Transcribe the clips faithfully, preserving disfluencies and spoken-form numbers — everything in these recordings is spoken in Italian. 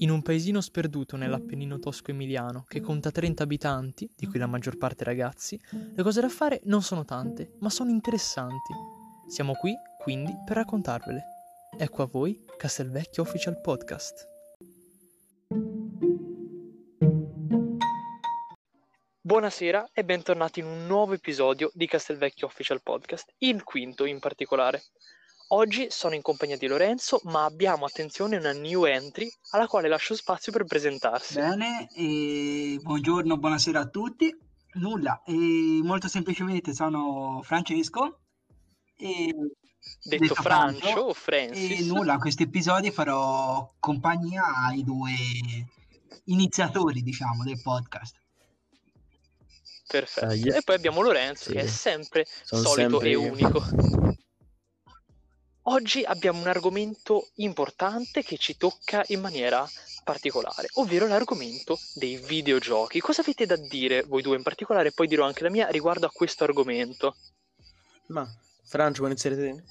In un paesino sperduto nell'Appennino tosco-emiliano, che conta trenta abitanti, di cui la maggior parte ragazzi, le cose da fare non sono tante, ma sono interessanti. Siamo qui, quindi, per raccontarvele. Ecco a voi Castelvecchio Official Podcast. Buonasera e bentornati in un nuovo episodio di Castelvecchio Official Podcast, il quinto in particolare. Oggi sono in compagnia di Lorenzo, ma abbiamo, attenzione, una new entry alla quale lascio spazio per presentarsi. Bene, e buongiorno, buonasera a tutti. Nulla, e molto semplicemente sono Francesco, e, Detto Francio o Francis. e nulla, in questi episodi farò compagnia ai due iniziatori, diciamo, del podcast. Perfetto. Ah, yeah. E poi abbiamo Lorenzo, Sì. che è sempre Sono solito sempre e io. unico. Oggi abbiamo un argomento importante che ci tocca in maniera particolare, ovvero l'argomento dei videogiochi. Cosa avete da dire voi due in particolare? Poi dirò anche la mia riguardo a questo argomento. Ma, Francio, vuoi iniziare te?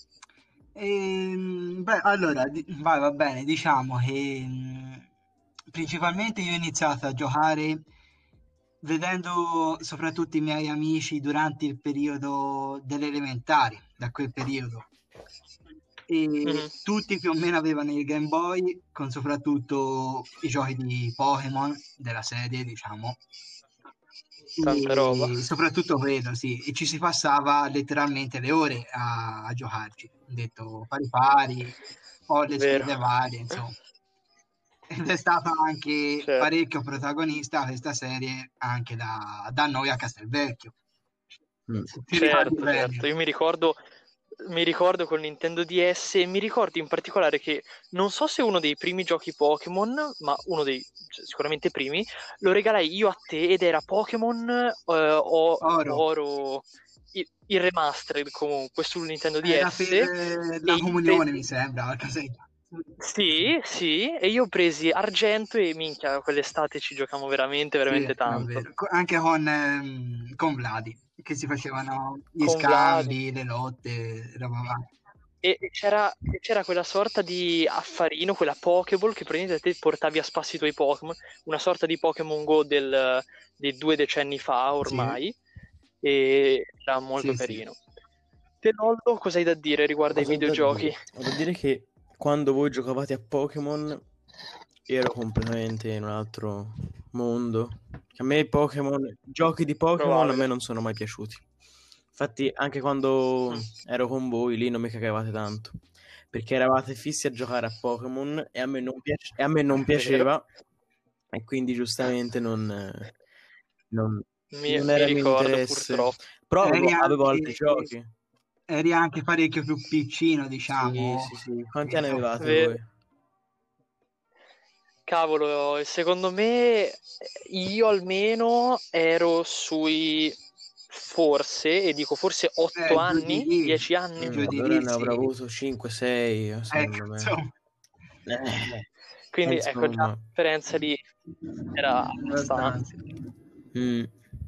Ehm, beh, allora, di- vai, va bene, diciamo che mh, principalmente io ho iniziato a giocare vedendo soprattutto i miei amici durante il periodo delle elementari, da quel periodo. E Mhm. tutti più o meno avevano il Game Boy, con soprattutto i giochi di Pokémon della serie, diciamo. Tanta E roba. soprattutto quello, sì, e ci si passava letteralmente le ore a, a giocarci, detto pari pari, o le Vero. sfide varie, insomma. Ed è stato anche Certo. parecchio protagonista questa serie anche da, da noi a Castelvecchio. Mm. Se ti ricordi Certo, bene. certo. Io mi ricordo, mi ricordo col Nintendo D S e mi ricordo in particolare che non so se uno dei primi giochi Pokémon, ma uno dei cioè, sicuramente primi, lo regalai io a te ed era Pokémon eh, o- Oro. Oro, il, il remastered comunque sul Nintendo Era D S. per E la io comunione, presi- mi sembra, qualcosa di- Sì, sì, e io presi argento e minchia, quell'estate ci giocavamo veramente, Sì, veramente è tanto. vero. Co- Anche con, ehm, con Vladi, che si facevano gli Con Vlad. scambi, le lotte, roba varia. E e c'era, e c'era quella sorta di affarino, quella Pokéball che praticamente te portavi a spasso i tuoi Pokémon, una sorta di Pokémon Go del, di due decenni fa ormai, e era molto Sì, sì. carino. Te Lollo, cosa hai da dire riguardo ai Cosa ho da videogiochi? dire? Ho da dire che quando voi giocavate a Pokémon ero completamente in un altro mondo. A me i Pokémon, giochi di Pokémon a Probabile. me non sono mai piaciuti. Infatti anche quando Mm. ero con voi lì non mi cagavate tanto. Perché eravate fissi a giocare a Pokémon e a me non, piace- e a me non È vero. piaceva. E quindi giustamente non, eh, non, Mi, non mi era mio ricordo interesse. purtroppo. Però avevo, Eri avevo altri anche, giochi. eri anche parecchio più piccino, Sì, diciamo. sì, sì. Quanti anni avevate Ve- voi? Cavolo, secondo me io almeno ero sui forse, e dico forse otto Eh, giù di anni, lì, dieci anni. giù Mm, di allora lì, ne avrò sì. avuto cinque sei, Ecco, secondo me. insomma, Eh, Quindi ecco, già la insomma. differenza lì era abbastanza. abbastanza. Mm.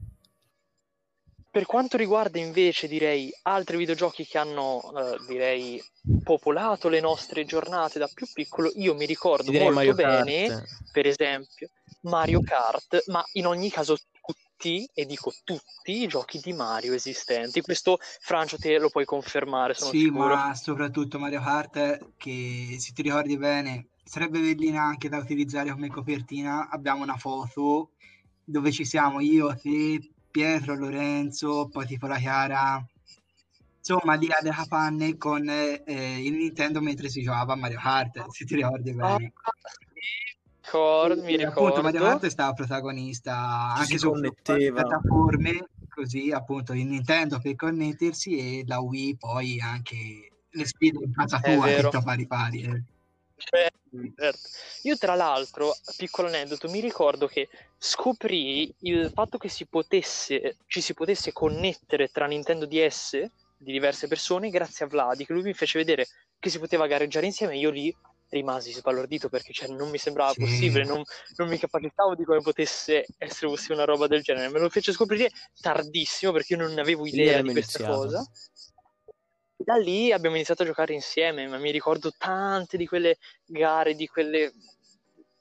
Per quanto riguarda invece, direi, altri videogiochi che hanno, eh, direi, popolato le nostre giornate da più piccolo, io mi ricordo Ti direi molto Mario bene, Kart. per esempio, Mario Kart, ma in ogni caso tutti, e dico tutti, i giochi di Mario esistenti. Questo, Francio, te lo puoi confermare, sono Sì, sicuro. ma soprattutto Mario Kart, che se ti ricordi bene, sarebbe bellina anche da utilizzare come copertina. Abbiamo una foto dove ci siamo io, te, Pietro, Lorenzo, poi tipo la Chiara, insomma lì alle capanne con eh, il Nintendo mentre si giocava a Mario Kart, se ti ricordi Ah, bene. sì, ricordo, mi E appunto Mario ricordo. Kart è stato protagonista Ci si anche su varie connetteva. piattaforme, così appunto il Nintendo per connettersi e la Wii poi anche le sfide in casa È tua, vero. detto pari pari. eh. Certo, certo. Io tra l'altro, piccolo aneddoto, mi ricordo che scoprì il fatto che si potesse, ci si potesse connettere tra Nintendo D S di diverse persone grazie a Vladi, che lui mi fece vedere che si poteva gareggiare insieme e io lì rimasi sbalordito perché cioè, non mi sembrava Sì. possibile, non, non mi capacitavo di come potesse essere possibile una roba del genere. Me lo fece scoprire tardissimo perché io non avevo Lì idea abbiamo di questa iniziato. cosa. Da lì abbiamo iniziato a giocare insieme, ma mi ricordo tante di quelle gare, di quelle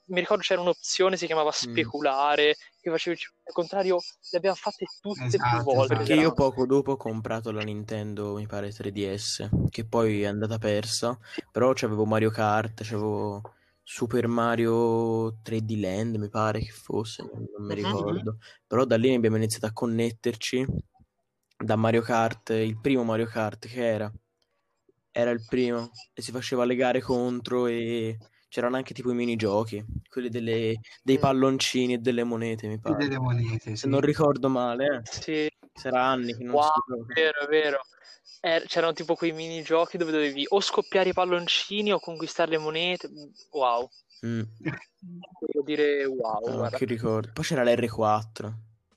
mi ricordo c'era un'opzione, si chiamava speculare, che facevi al contrario, le abbiamo fatte tutte Esatto, più volte. esatto. Perché era- io poco dopo ho comprato la Nintendo, mi pare tre D S, che poi è andata persa, però c'avevo Mario Kart, c'avevo Super Mario tre D Land, mi pare che fosse, non, non mi Mhm. ricordo. Però da lì abbiamo iniziato a connetterci da Mario Kart, il primo Mario Kart che era, era il primo, e si faceva le gare contro e c'erano anche tipo i minigiochi, quelli delle, dei Mm. palloncini e delle monete, mi E pare. delle monete, Se sì. non ricordo male, eh. Sì. Sarà anni che non Wow, si gioca. vero, vero. Eh, c'erano tipo quei minigiochi dove dovevi o scoppiare i palloncini o conquistare le monete. Wow. Mm. Devo dire wow, No, guarda. che ricordo. Poi c'era l'R quattro.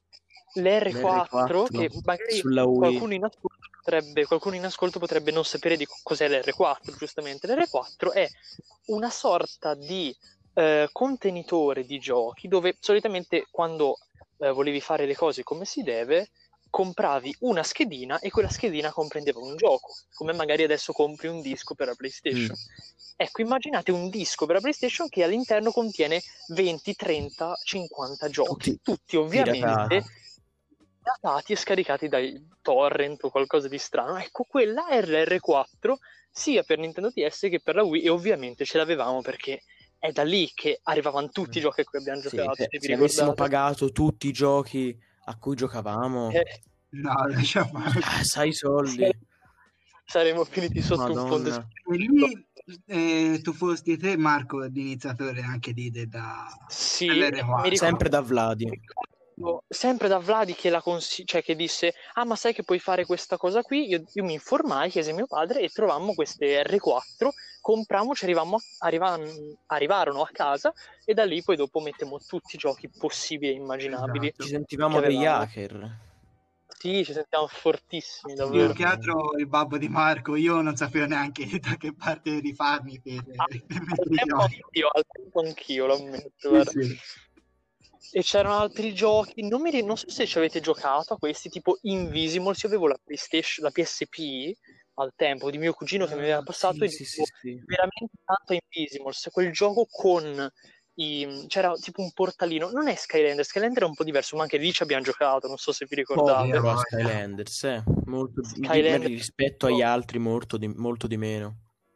L'R quattro, L'R quattro che magari sulla Wii. qualcuno in ascolto potrebbe, qualcuno in ascolto potrebbe non sapere di co- cos'è l'R quattro, giustamente. L'R quattro è una sorta di eh, contenitore di giochi dove solitamente quando eh, volevi fare le cose come si deve, compravi una schedina e quella schedina comprendeva un gioco, come magari adesso compri un disco per la PlayStation. Mm. Ecco, immaginate un disco per la PlayStation che all'interno contiene venti, trenta, cinquanta giochi, Tutti tutti ovviamente piratati. datati e scaricati dai torrent o qualcosa di strano. Ecco, quella è l'R quattro sia per Nintendo D S che per la Wii, e ovviamente ce l'avevamo perché è da lì che arrivavano tutti i giochi a cui abbiamo Sì, giocato, se, se vi se avessimo ricordate. pagato tutti i giochi a cui giocavamo, Eh, No, lascia fare. ah, sai i soldi. sare- saremmo finiti sotto un ponte. Madonna. E lì eh, tu fosti te, Marco, l'iniziatore anche di della Sì, dell'R mi quattro. ricordo, Sempre da Vladi. mi ricordo sempre da Vladi che, la consi- cioè che disse: ah, ma sai che puoi fare questa cosa qui? Io, io mi informai, chiesi a mio padre e trovammo queste R quattro, comprammo, ci arrivammo, a- arrivam- arrivarono a casa e da lì poi dopo mettemmo tutti i giochi possibili e immaginabili Esatto. Ci che sentivamo degli avevamo. hacker. Sì, ci sentiamo fortissimi, Più davvero. che altro il babbo di Marco, io non sapevo neanche da che parte rifarmi per, Ah, per al mettere i tempo giochi. anch'io, al tempo anch'io, lo ammetto, Sì, guarda. sì. E c'erano altri giochi, non, mi ri- non so se ci avete giocato a questi, tipo Invisibles. Io avevo la PlayStation, la P S P al tempo di mio cugino che mi aveva Ah, passato sì, e sì, sì, dicevo sì. veramente tanto a Invisibles, quel gioco con i... c'era tipo un portalino, non è Skylander, Skylander è un po' diverso, ma anche lì ci abbiamo giocato, non so se vi Poco ricordate. Sì, però a voglia. Skylanders, eh. Molto di, Skylander, rispetto agli altri, molto di, molto di meno.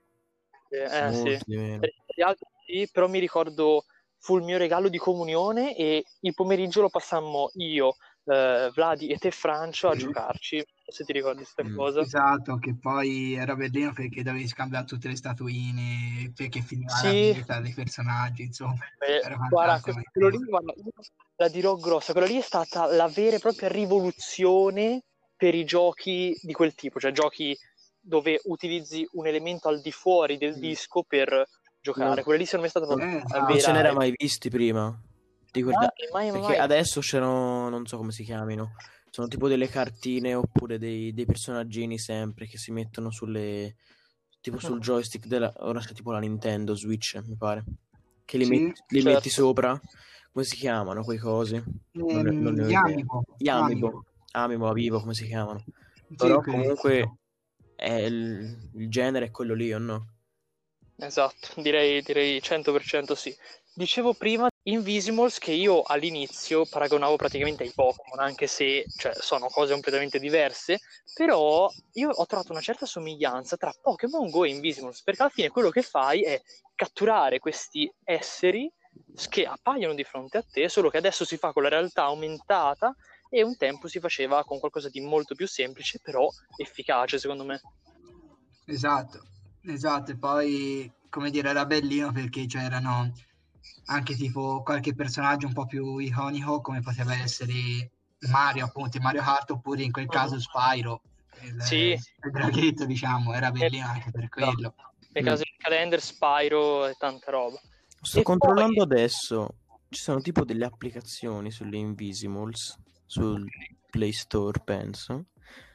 eh sì, Molto di meno. per gli altri sì, però mi ricordo fu il mio regalo di comunione e il pomeriggio lo passammo io, eh, Vladi e te Francio a Sì. giocarci, non so se ti ricordi questa Mm. cosa. Esatto, che poi era bellino perché dovevi scambiare tutte le statuine, perché finiva la Sì, vita dei personaggi, insomma, eh, era guarda, fantastico. que- quello lì, guarda, io la dirò grossa, quella lì è stata la vera e propria rivoluzione per i giochi di quel tipo, cioè giochi dove utilizzi un elemento al di fuori del Mm. disco per giocare. Non, Quella lì secondo me è stata non- proprio Eh, la esatto. non se vera... n'era mai visti prima. Di quel- Mai, mai, perché mai. adesso c'erano, non so come si chiamino, sono tipo delle cartine oppure dei, dei personaggini sempre che si mettono sulle, tipo sul joystick della, ora c'è tipo la Nintendo Switch, mi pare, che li, Sì. metti, li Certo. metti sopra. Come si chiamano quei cosi? Non ne, non ne ho Ehm, idea. Yamibo. Gli Yamibo. Amiibo, Amiibo, Amiibo, come si chiamano? Sì, Però quelli comunque sono. è il, il genere è quello lì, o no? Esatto, direi, direi cento per cento sì. Dicevo prima Invisimals che io all'inizio paragonavo praticamente ai Pokémon, anche se cioè, sono cose completamente diverse, però io ho trovato una certa somiglianza tra Pokémon Go e Invisimals, perché alla fine quello che fai è catturare questi esseri che appaiono di fronte a te, solo che adesso si fa con la realtà aumentata e un tempo si faceva con qualcosa di molto più semplice, però efficace secondo me. Esatto, esatto, e poi, come dire, era bellino perché c'erano anche tipo qualche personaggio un po' più iconico, come poteva essere Mario, appunto, in Mario Kart, oppure in quel caso Spyro, il, Sì, il draghetto, diciamo, era nel, bellino anche per quello. nel Mm. caso di Calendar, Spyro e tanta roba. Sto E controllando poi, adesso. Ci sono tipo delle applicazioni sulle Invisimals, sul Play Store, penso.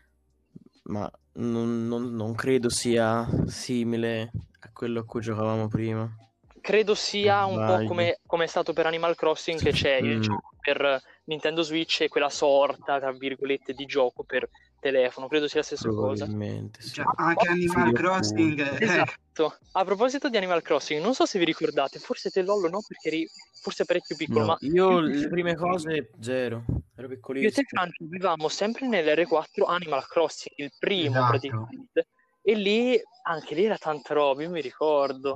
Ma non, non- non credo sia simile a quello a cui giocavamo prima. credo sia un po' Sbaglio. come, come è stato per Animal Crossing, che c'è il Mm. gioco per Nintendo Switch e quella sorta, tra virgolette, di gioco per telefono, credo sia la stessa cosa. Probabilmente, sì. Cioè, anche Animal Figlio Crossing, appunto. eh, Esatto. A proposito di Animal Crossing, non so se vi ricordate, forse te Lollo no, perché eri forse parecchio piccolo, No, ma io io, le prime cose zero, ero io e te piccolissimo. Franci vivevamo sempre nell'R quattro Animal Crossing, il primo esatto. praticamente, e lì, anche lì era tanta roba, io mi ricordo.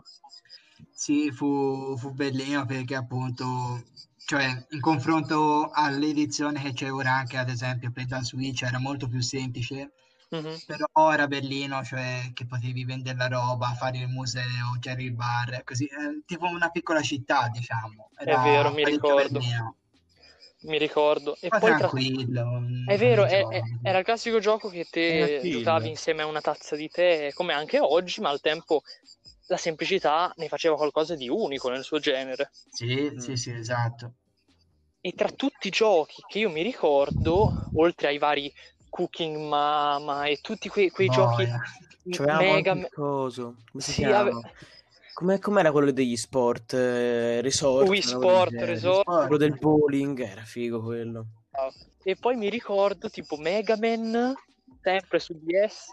Sì, fu, fu bellino perché appunto, cioè, in confronto all'edizione che c'è ora anche ad esempio per la Switch era molto più semplice, Mhm. però era bellino, cioè che potevi vendere la roba, fare il museo, c'era il bar, così, eh, tipo una piccola città, diciamo, È vero, era mi parecchio ricordo, bellino, mi ricordo. E poi poi tra... tranquillo, È mm, con vero, i è- è- giochi. era il classico gioco che Era te giocavi chill. insieme a una tazza di tè, come anche oggi, ma al tempo la semplicità ne faceva qualcosa di unico nel suo genere. Sì, Mm. sì, sì, esatto. E tra tutti i giochi che io mi ricordo, oltre ai vari Cooking Mama e tutti quei, quei giochi Boia. C'avevamo mega... anche il coso, come si Sì, ave... chiama? Com'è, com'era quello degli sport? Eh, resort, Wii una roba del Sport genere. Gli Resort. Quello sport. del bowling, era figo quello. E poi mi ricordo tipo Mega Man, sempre su D S,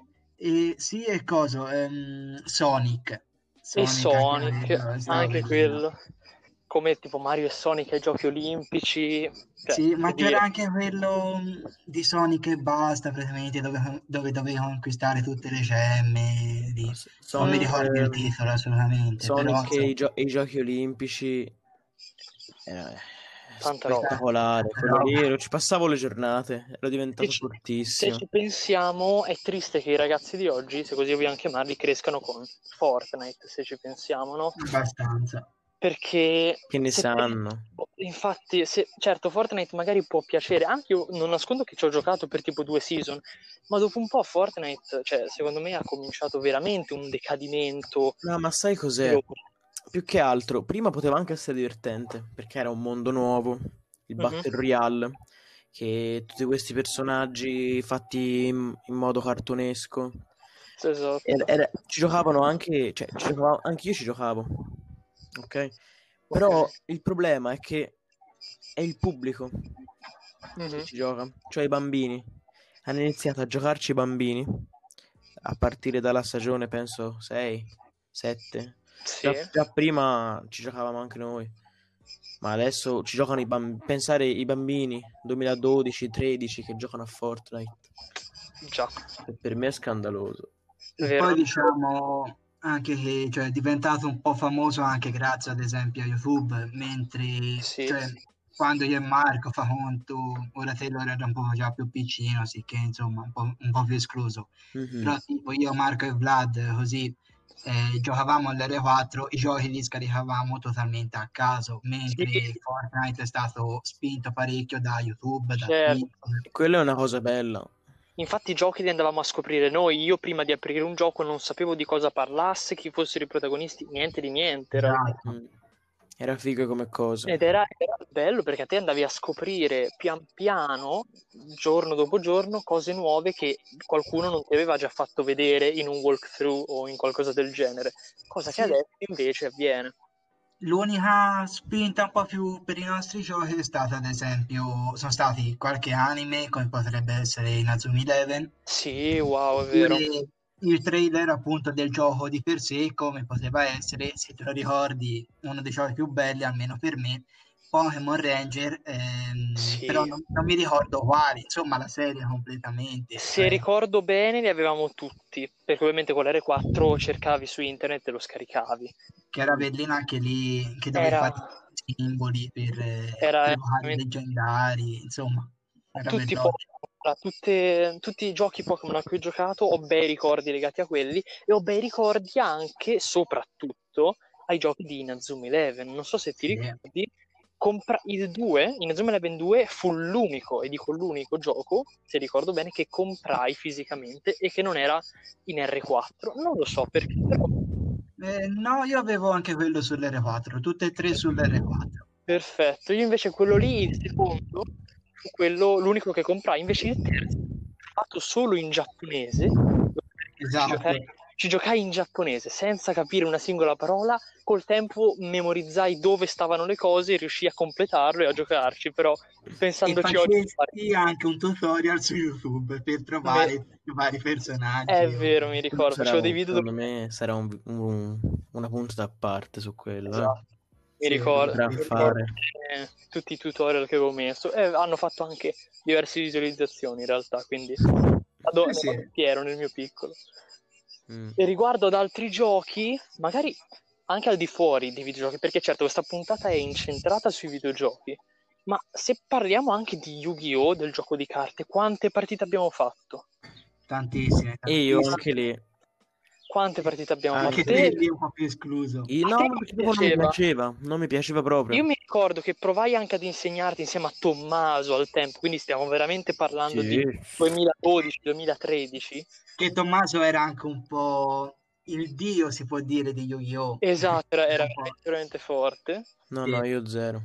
E sì, e coso, ehm, Sonic. e Sonic anche Sonic, quello, stava anche bellino. quello, come tipo Mario e Sonic ai giochi olimpici, cioè, Sì, ma che c'era dire, anche quello mh, di Sonic e basta, praticamente, dove, dove dovevi conquistare tutte le gemme. Di... S- Non mi Sonic, mm, ricordo il eh, titolo assolutamente, però Sonic e i, insomma, gio- e i giochi olimpici era eh, tanta roba. spettacolare. Quello però lì ero- ci passavo le giornate, ero Se diventato ci, se fortissimo. ci pensiamo, è triste che i ragazzi di oggi, se così vogliamo chiamarli, crescano con Fortnite, se ci pensiamo, no? abbastanza. Perché Che ne se pensi, sanno? infatti, se, certo, Fortnite magari può piacere, anche io non nascondo che ci ho giocato per tipo due season, ma dopo un po' Fortnite, cioè, secondo me ha cominciato veramente un decadimento No, ma sai cos'è? veloce. Più che altro, prima poteva anche essere divertente, perché era un mondo nuovo, il Mhm. Battle Royale, che tutti questi personaggi fatti in, in modo cartonesco. Era- Esatto. era- ci giocavano anche, cioè, ci giocavo, anche io ci giocavo, ok? Ok. Però il problema è che è il pubblico che Mhm. ci gioca, cioè i bambini. Hanno iniziato a giocarci i bambini a partire dalla stagione, penso, sei, sette. Sì. Già, già prima ci giocavamo anche noi, ma adesso ci giocano i bambini. Pensare i bambini duemiladodici tredici che giocano a Fortnite, Già. e per me è scandaloso. E Vero. poi diciamo anche che cioè, è diventato un po' famoso anche grazie ad esempio a YouTube, mentre Sì. cioè, quando io e Marco fa conto, ora Taylor era un po' già più piccino, sicché insomma un po', un po' più escluso. Mhm. Però tipo io, Marco e Vlad così eh, giocavamo all'R quattro, i giochi li scaricavamo totalmente a caso, Sì, mentre Fortnite è stato spinto parecchio da YouTube, da certo. Twitch. E quella è una cosa bella. Infatti i giochi li andavamo a scoprire noi. Io prima di aprire un gioco non sapevo di cosa parlasse, chi fossero i protagonisti, niente di niente in realtà. Esatto. Mm. Era figo come cosa. Ed era, era bello perché te andavi a scoprire pian piano, giorno dopo giorno, cose nuove che qualcuno non ti aveva già fatto vedere in un walkthrough o in qualcosa del genere. Cosa che Sì, adesso invece avviene. l'unica spinta un po' più per i nostri giochi è stata, ad esempio, sono stati qualche anime, come potrebbe essere Inazuma Eleven, Sì, wow, è vero. oppure il trailer appunto del gioco di per sé, come poteva essere, se te lo ricordi, uno dei giochi più belli, almeno per me, Pokémon Ranger, ehm, però Sì. non, non mi ricordo quali, insomma la serie completamente, Se cioè, ricordo bene li avevamo tutti, perché ovviamente con l'R quattro cercavi su internet e lo scaricavi. che era bellina anche lì, che dovevi Era, fare i simboli per, eh, era per era evocare i veramente leggendari, insomma, era tutti, i veloce. Pokémon, tutte- tutti i giochi Pokémon a cui ho giocato ho bei ricordi legati a quelli e ho bei ricordi anche, soprattutto, ai giochi di Inazuma Eleven. Non so se ti Sì. ricordi, compra- il due, Inazuma Eleven due fu l'unico, e dico l'unico gioco, se ricordo bene, che comprai fisicamente e che non era in R quattro. Non lo so perché, però Eh, no, io avevo anche quello sull'R quattro, tutte e tre sull'R quattro. perfetto. Io invece quello lì, il secondo, fu quello, l'unico che comprai. Invece il terzo, fatto solo in giapponese, dove ci Esatto. giocai ci giocai in giapponese senza capire una singola parola. Col tempo memorizzai dove stavano le cose e riuscii a completarlo e a giocarci, però E pensandoci oggi facesti anche un tutorial su YouTube per me- trovare i vari personaggi. è o- vero, mi ricordo, Sarà facevo dei un- video secondo dove... me sarà un- un- una puntata a parte su quello. eh. Esatto. Mi Sì, ricordo, Potrà mi ricordo fare. bene tutti i tutorial che avevo messo e hanno fatto anche diverse visualizzazioni in realtà, quindi vado, Sì, ne sì. vado fiero nel mio piccolo. Mm. E riguardo ad altri giochi, magari anche al di fuori dei videogiochi, perché certo questa puntata è incentrata sui videogiochi, ma se parliamo anche di Yu-Gi-Oh!, del gioco di carte, quante partite abbiamo fatto? Tantissime, E io tantissime. anche lì. Quante partite abbiamo Anche fatto? Anche te Te, lì un po' più escluso. io- a no, te ma non perché proprio non mi piaceva? piaceva, non mi piaceva proprio. Io mi ricordo che provai anche ad insegnarti insieme a Tommaso al tempo, quindi stiamo veramente parlando di Sì. duemiladodici duemilatredici. Che Tommaso era anche un po' il dio, si può dire, di Yu-Gi-Oh! Esatto, era, era Un po'. veramente, veramente forte. No, Sì. no, io zero.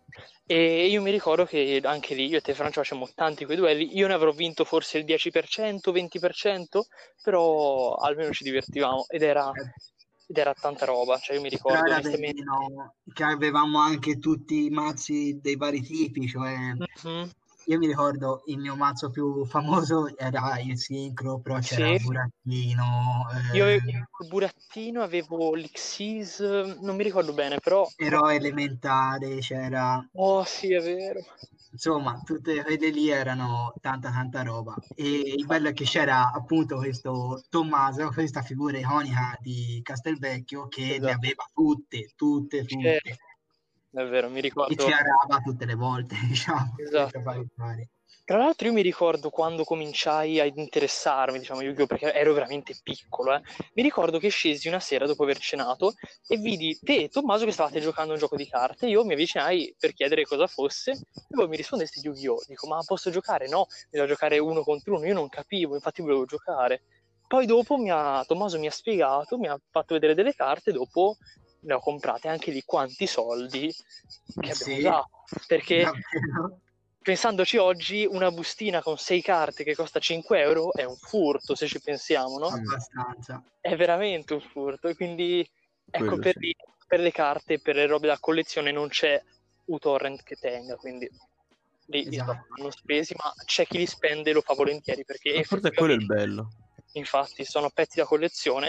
E io mi ricordo che anche lì io e te Francia facciamo tanti quei duelli, io ne avrò vinto forse il dieci per cento, venti per cento, però almeno ci divertivamo ed era, ed era tanta roba, cioè io mi Però ricordo era onestamente... bellino che avevamo anche tutti i mazzi dei vari tipi, cioè Mhm. io mi ricordo il mio mazzo più famoso era il sincro, però c'era Sì, Burattino, io avevo eh, il burattino, avevo l'Xyz, non mi ricordo bene, però... eroe elementare, c'era Oh sì, è vero. insomma tutte quelle lì erano tanta tanta roba. E il bello è che c'era appunto questo Tommaso, questa figura iconica di Castelvecchio che ne Esatto. aveva tutte, tutte, tutte. Certo. È vero, mi E ricordo. ci arava tutte le volte, diciamo, Esatto. senza fare fare. Tra l'altro io mi ricordo quando cominciai ad interessarmi, diciamo, Yu-Gi-Oh! Perché ero veramente piccolo, eh. Mi ricordo che scesi una sera dopo aver cenato e vidi te e Tommaso che stavate giocando a un gioco di carte. Io mi avvicinai per chiedere cosa fosse e voi mi rispondeste Yu-Gi-Oh! Dico, ma posso giocare? No, devo giocare uno contro uno, io non capivo, infatti volevo giocare. Poi dopo mi ha, Tommaso mi ha spiegato, mi ha fatto vedere delle carte, dopo ne ho comprate anche lì quanti soldi che abbiamo Sì, usato. Perché... davvero. pensandoci oggi, una bustina con sei carte che costa cinque euro è un furto, se ci pensiamo, no? Abbastanza. È veramente un furto. E quindi, ecco, Quello per, sì. i- per le carte, per le robe da collezione non c'è uTorrent che tenga, quindi li, li Esatto. vanno spesi, ma c'è chi li spende e lo fa volentieri, perché Ma forse è quello il effettivamente, bello. infatti, sono pezzi da collezione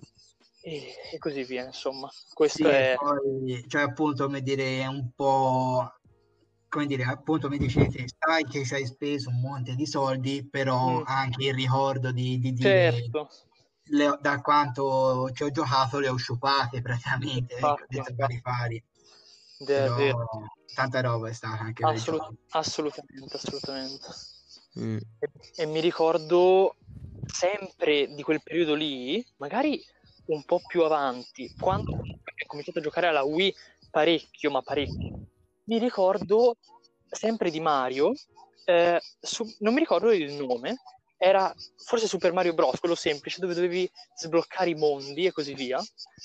e, e così via, insomma. Questo Sì, e è... poi, cioè appunto, come dire, è un po', come dire, appunto mi dicete, sai che ci hai speso un monte di soldi, però Mm, anche il ricordo di, di dire certo, le- da quanto ci ho giocato le ho sciupate praticamente, ecco, infatti, detto pari infatti, pari. ed è Però vero. tanta roba è stata anche quei Assolut- giochi. assolutamente, assolutamente. Mm. E, e mi ricordo sempre di quel periodo lì, magari un po' più avanti, quando ho cominciato a giocare alla Wii parecchio, ma parecchio. Mi ricordo sempre di Mario, eh, su- non mi ricordo il nome, era forse Super Mario Bros., quello semplice, dove dovevi sbloccare i mondi e così via.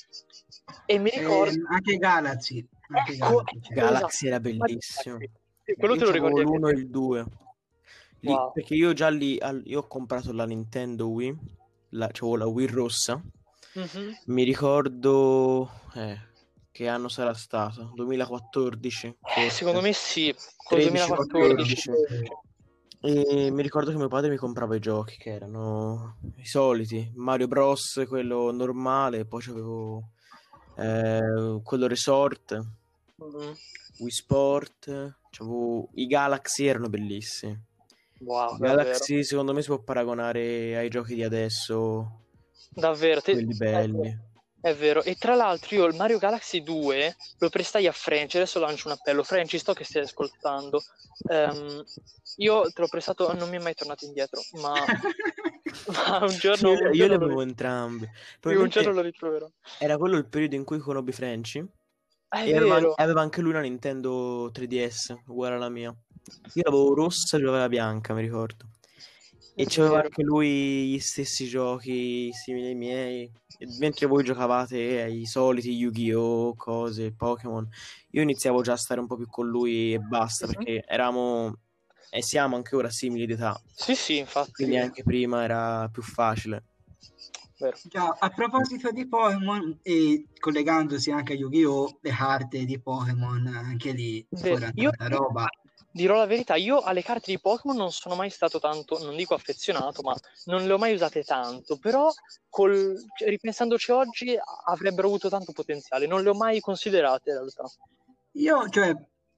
E mi ricordo... Ehm, anche Galaxy, anche Ecco, Galaxy c'è. ecco, Galaxy esatto. era bellissimo. Sì, quello Io te lo c'avevo ricordi anche l'uno e te. il due. Lì, Wow. perché io già lì al- io ho comprato la Nintendo Wii, la, c'avevo la Wii rossa. Mhm. Mi ricordo eh, che anno sarà stato? duemilaquattordici, Eh, forse. secondo me sì, col tredici, duemilaquattordici. quattordici. E mi ricordo che mio padre mi comprava i giochi che erano i soliti, Mario Bros, quello normale, poi c'avevo eh, quello Resort, Mhm. Wii Sport, c'avevo i Galaxy, erano bellissimi. Wow, I davvero. Galaxy secondo me si può paragonare ai giochi di adesso, Davvero, te- quelli belli. È vero, e tra l'altro io il Mario Galaxy due lo prestai a French, adesso lancio un appello. French, sto che stai ascoltando. Ehm, io te l'ho prestato, non mi è mai tornato indietro, ma, ma un giorno, Io, un io li giorno lo, avevo entrambi. un Probabilmente giorno lo ritroverò. era quello il periodo in cui conobbi Frenchy. Ah, è E aveva, vero. aveva anche lui una Nintendo tre D S, uguale alla mia. Io l'avevo rossa e lui aveva bianca, mi ricordo. È E c'aveva vero. anche lui gli stessi giochi simili ai miei. E mentre voi giocavate ai soliti Yu-Gi-Oh!, cose, Pokémon, io iniziavo già a stare un po' più con lui e basta, Mhm. perché eravamo e siamo anche ora simili d'età. Sì, sì, infatti. Quindi anche prima era più facile. vero. Già, a proposito di Pokémon e collegandosi anche a Yu-Gi-Oh! Le carte di Pokémon, anche lì Vero. fuori Io tanta roba. dirò la verità, io alle carte di Pokémon non sono mai stato tanto, non dico affezionato, ma non le ho mai usate tanto, però col, cioè, ripensandoci oggi avrebbero avuto tanto potenziale, non le ho mai considerate in realtà. Io, cioè,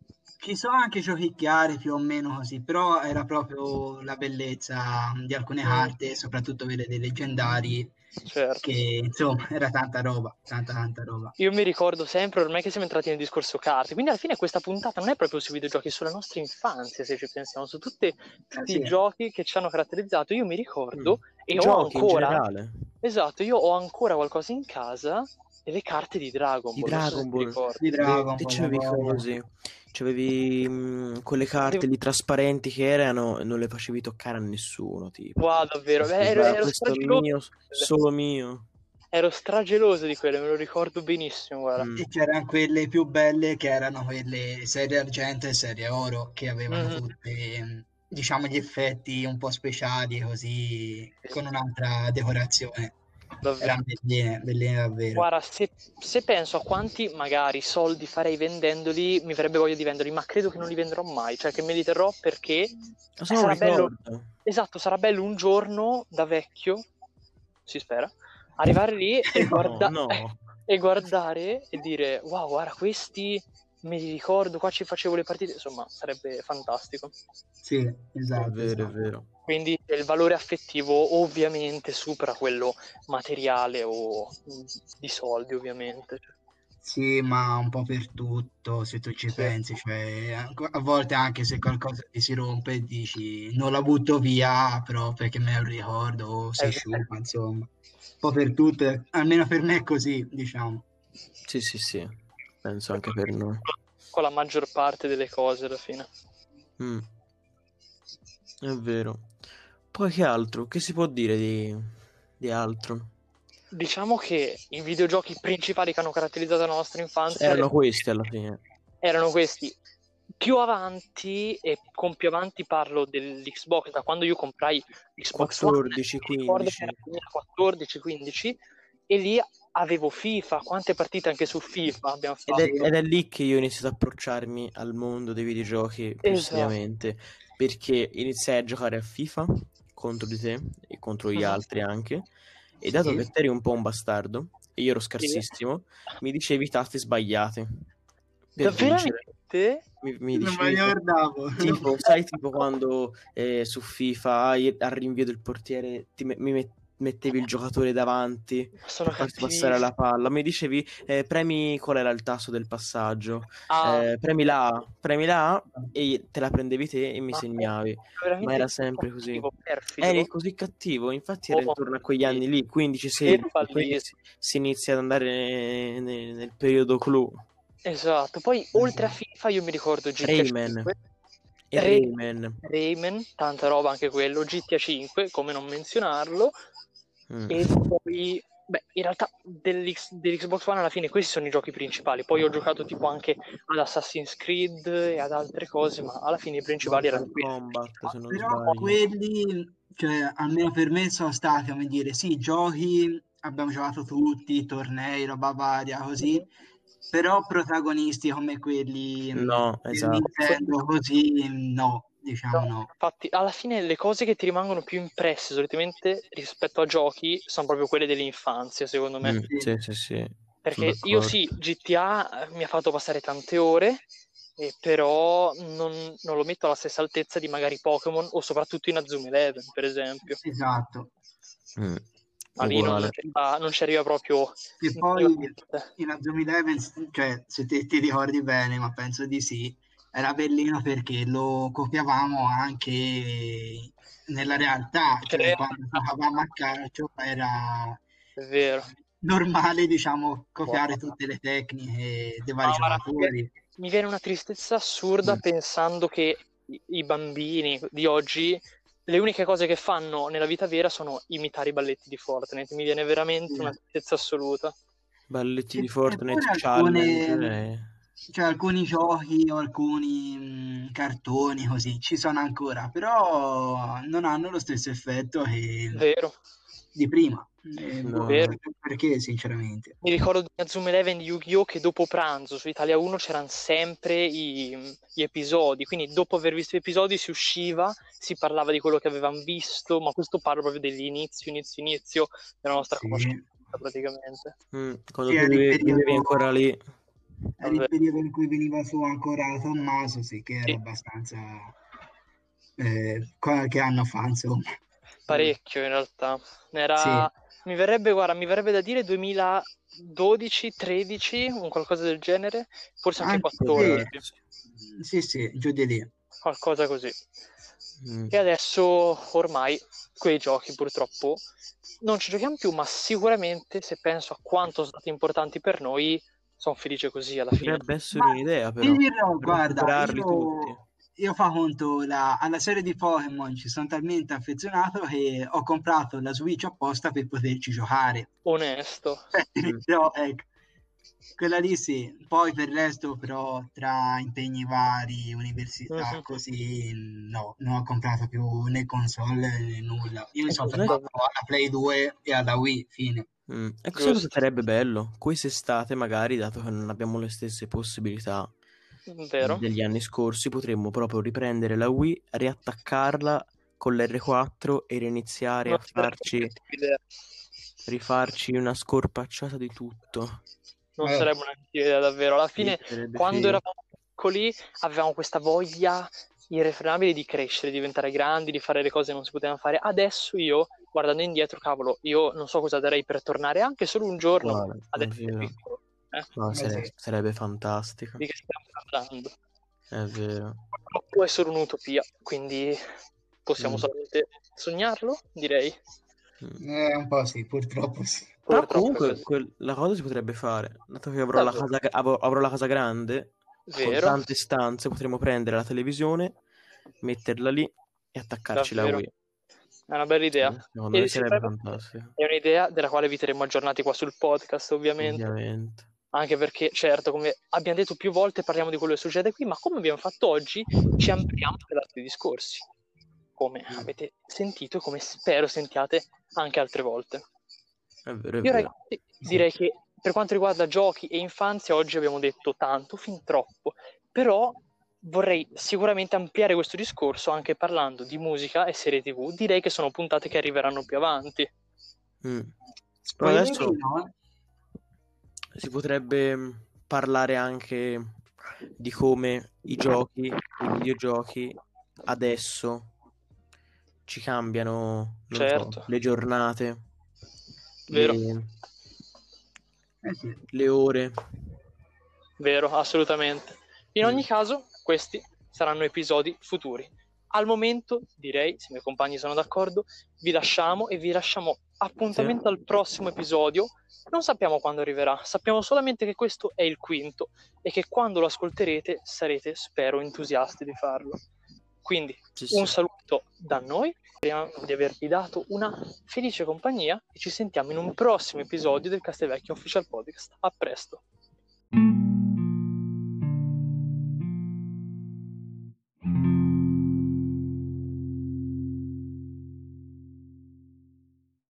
ci sono anche giochi chiari più o meno così, però era proprio la bellezza di alcune Mm, carte, soprattutto quelle dei leggendari, certo. che insomma era tanta roba, tanta tanta roba. Io mi ricordo sempre, ormai che siamo entrati nel discorso carte, quindi alla fine questa puntata non è proprio sui videogiochi, è sulla nostra infanzia, se ci pensiamo, su tutte, Eh tutti sì, i giochi che ci hanno caratterizzato. Io mi Mm. ricordo, e ho Giochi in ancora, generale. esatto, io ho ancora qualcosa in casa, delle carte di Dragon Di Ball, non so se Dragon ti Ball. ricordi. di C'avevi- Dragon Te Ball, c'avevi la voglia. cose, c'avevi mm, quelle carte lì trasparenti che erano e non le facevi toccare a nessuno, tipo. Wow, davvero, Sì, ero, guarda, ero questo è strageloso mio, di quelle. solo mio. Ero strageloso di quelle, me lo ricordo benissimo, guarda. Mm. E c'erano quelle più belle che erano quelle serie argento e serie oro, che avevano Mhm. tutte, diciamo, gli effetti un po' speciali, così, con un'altra decorazione. Davvero. Erano belline, belline davvero. Guarda, se, se penso a quanti magari soldi farei vendendoli, mi verrebbe voglia di venderli, ma credo che non li venderò mai, cioè che me li terrò perché Ma eh, sono un sarà bello, ricordo. esatto, sarà bello un giorno da vecchio, si spera, arrivare lì e, No, guarda- no. e guardare e dire, wow, guarda, questi me li ricordo, qua ci facevo le partite, insomma, sarebbe fantastico. Sì, È esatto, vero, è esatto. vero. Quindi il valore affettivo ovviamente supera quello materiale o di soldi, ovviamente. Sì, ma un po' per tutto, se tu ci Sì. pensi, cioè, a volte anche se qualcosa ti si rompe, dici non la butto via, però perché me lo ricordo, o si È vero. sciupa, insomma. Un po' per tutto, almeno per me è così, diciamo. Sì, sì, sì. Penso anche per noi. Con la maggior parte delle cose alla fine. Mm. È vero. Poi che altro? Che si può dire di, di altro? Diciamo che i videogiochi principali che hanno caratterizzato la nostra infanzia Erano questi alla fine. erano questi. Più avanti, e con più avanti parlo dell'Xbox, da quando io comprai Xbox One, quattordici, mi ricordo che quindici. era duemilaquattordici quindici, e lì avevo FIFA, quante partite anche su FIFA abbiamo Ed fatto. è, ed è lì che io ho iniziato a approcciarmi al mondo dei videogiochi più Esatto. seriamente, perché iniziai a giocare a FIFA contro di te e contro gli Mhm. altri anche, e dato Sì. che te eri un po' un bastardo e io ero Sì. scarsissimo, mi dicevi i tasti sbagliati per vincere. Veramente? Mi, mi Non me dicevi, ne ricordavo. tipo, sai, tipo quando eh, su FIFA hai- al rinvio del portiere ti me- mi met- mettevi il giocatore davanti Sono per farti passare la cattivissimo. palla, mi dicevi eh, premi qual era il tasto del passaggio, Ah, eh, premi la A, premi la A e te la prendevi te e mi ma segnavi, ero ma veramente era sempre così. cattivo, perfido. Eri così cattivo, infatti era Oh, intorno a quegli sì. anni lì, quindici Ero sedici, quindi si, bellissimo. si inizia ad andare ne- ne- nel periodo clou. Esatto. Poi oltre a FIFA io mi ricordo G T A Rayman cinque, e Ray- Rayman. Rayman, tanta roba anche quello, G T A cinque, come non menzionarlo, Mm. e poi, beh, in realtà dell'X- dell'Xbox One alla fine questi sono i giochi principali, poi ho giocato tipo anche ad Assassin's Creed e ad altre cose, ma alla fine i principali erano Mortal quelli. Kombat, se non Però sbaglio. quelli, cioè, almeno per me sono stati, come dire, sì, giochi, abbiamo giocato tutti, tornei, roba varia, così, però protagonisti come quelli mh, No, del esatto. Nintendo, così, mh, no, diciamo No, no. infatti, alla fine le cose che ti rimangono più impresse solitamente rispetto a giochi sono proprio quelle dell'infanzia, secondo me. Mm, Sì. sì, sì, sì. Sono Perché io d'accordo. sì, G T A eh, mi ha fatto passare tante ore, e però non, non lo metto alla stessa altezza di magari Pokémon o soprattutto in Azum Eleven, per esempio. Esatto. Mm, Ma lì non, non uguale. ci arriva, non ci arriva proprio. E non poi arriva niente. in Azumi Eleven, cioè, se te ti ricordi bene, ma penso di sì, era bellino perché lo copiavamo anche nella realtà, cioè Certo, quando giocavamo a calcio era è vero. normale, diciamo, copiare Guarda. tutte le tecniche dei Ma vari guarda, mi viene- giocatori. mi viene una tristezza assurda Mm. pensando che i, i bambini di oggi le uniche cose che fanno nella vita vera sono imitare i balletti di Fortnite. Mi viene veramente Sì. una tristezza assoluta. Balletti E- di Fortnite Eppure Challenge. alcune, eh. cioè, alcuni giochi o alcuni mh, cartoni così ci sono ancora, però non hanno lo stesso effetto che Vero. di prima. Eh, No. boh, Vero. perché sinceramente. Mi ricordo di Azuma Eleven di Yu-Gi-Oh! Che dopo pranzo su Italia uno c'erano sempre i, gli episodi, quindi dopo aver visto gli episodi si usciva, si parlava di quello che avevamo visto, ma questo parlo proprio dell'inizio, inizio, inizio della nostra Sì. conoscenza praticamente. Mm, quando Sì, tu era il vive- vivevi periodo, ancora lì. era il periodo in cui veniva su ancora Tommaso, sì, che era Sì. abbastanza eh, qualche anno fa, insomma. Parecchio in realtà. Era, Sì. mi verrebbe, guarda, mi verrebbe da dire duemiladodici, tredici, un qualcosa del genere, forse anche Anche quattordici, sì, sì, sì, giù di lì. qualcosa così. Mm. E adesso ormai quei giochi purtroppo non ci giochiamo più, ma sicuramente se penso a quanto sono stati importanti per noi, sono felice così alla fine. Potrebbe essere Ma un'idea, ti però, dirò, per guarda, recuperarli tutti. io, io fa conto la- alla serie di Pokémon ci sono talmente affezionato che ho comprato la Switch apposta per poterci giocare. Onesto. Mm. Però, ecco, quella lì sì. Poi per il resto, però, tra impegni vari, università, Mhm. così, no, non ho comprato più né console né nulla. Io mi sono Ecco, sai- fermato alla Play due e alla Wii, fine. Mm. Ecco, sai cosa Giusto. sarebbe bello? Quest'estate, magari, dato che non abbiamo le stesse possibilità Vero? degli anni scorsi, potremmo proprio riprendere la Wii, riattaccarla con l'R quattro e reiniziare Non a sarebbe farci, una cattiva idea. rifarci una scorpacciata di tutto. Non Eh, sarebbe una cattiva idea davvero. Alla Sì, fine, sarebbe quando figo. eravamo piccoli, avevamo questa voglia irrefrenabile di crescere, di diventare grandi, di fare le cose che non si potevano fare. Adesso io, guardando indietro, cavolo, io non so cosa darei per tornare anche solo un giorno Guarda, ad è essere vero. piccolo. Eh? No, eh sare- sì. sarebbe fantastico. Di che stiamo parlando? È vero. Purtroppo è solo un'utopia, quindi possiamo Mm. solamente sognarlo, direi. Mm. Eh, un po' sì, purtroppo sì. Però Purtroppo è comunque così. quel- la cosa si potrebbe fare, dato che avrò la Davvero. casa, gra- avrò, avrò la casa grande, con Vero? tante stanze, potremo prendere la televisione, metterla lì e attaccarci la Davvero. Wii. È una bella idea. Sì, secondo E me si sarebbe potrebbe- fantastico, È un'idea della quale vi terremo aggiornati qua sul podcast, ovviamente. ovviamente. Anche perché, certo, come abbiamo detto più volte, parliamo di quello che succede qui, ma come abbiamo fatto oggi, ci ampliamo per altri discorsi. Come avete sentito e come spero sentiate anche altre volte. È vero, è Io, vero. ragazzi, direi che per quanto riguarda giochi e infanzia, oggi abbiamo detto tanto, fin troppo, però vorrei sicuramente ampliare questo discorso anche parlando di musica e serie tivù. Direi che sono puntate che arriveranno più avanti. Mm. Però Spoileri adesso no? si potrebbe mm, parlare anche di come i giochi, i videogiochi adesso ci cambiano, non so, Certo, le giornate, vero, le, Eh sì. le ore. vero, assolutamente. In Mm. ogni caso, questi saranno episodi futuri. Al momento, direi, se i miei compagni sono d'accordo, vi lasciamo e vi lasciamo appuntamento al prossimo episodio. Non sappiamo quando arriverà, sappiamo solamente che questo è il quinto e che quando lo ascolterete sarete, spero, entusiasti di farlo. Quindi, Sì, un sì. saluto da noi, speriamo di avervi dato una felice compagnia e ci sentiamo in un prossimo episodio del Castelvecchio Official Podcast. A presto!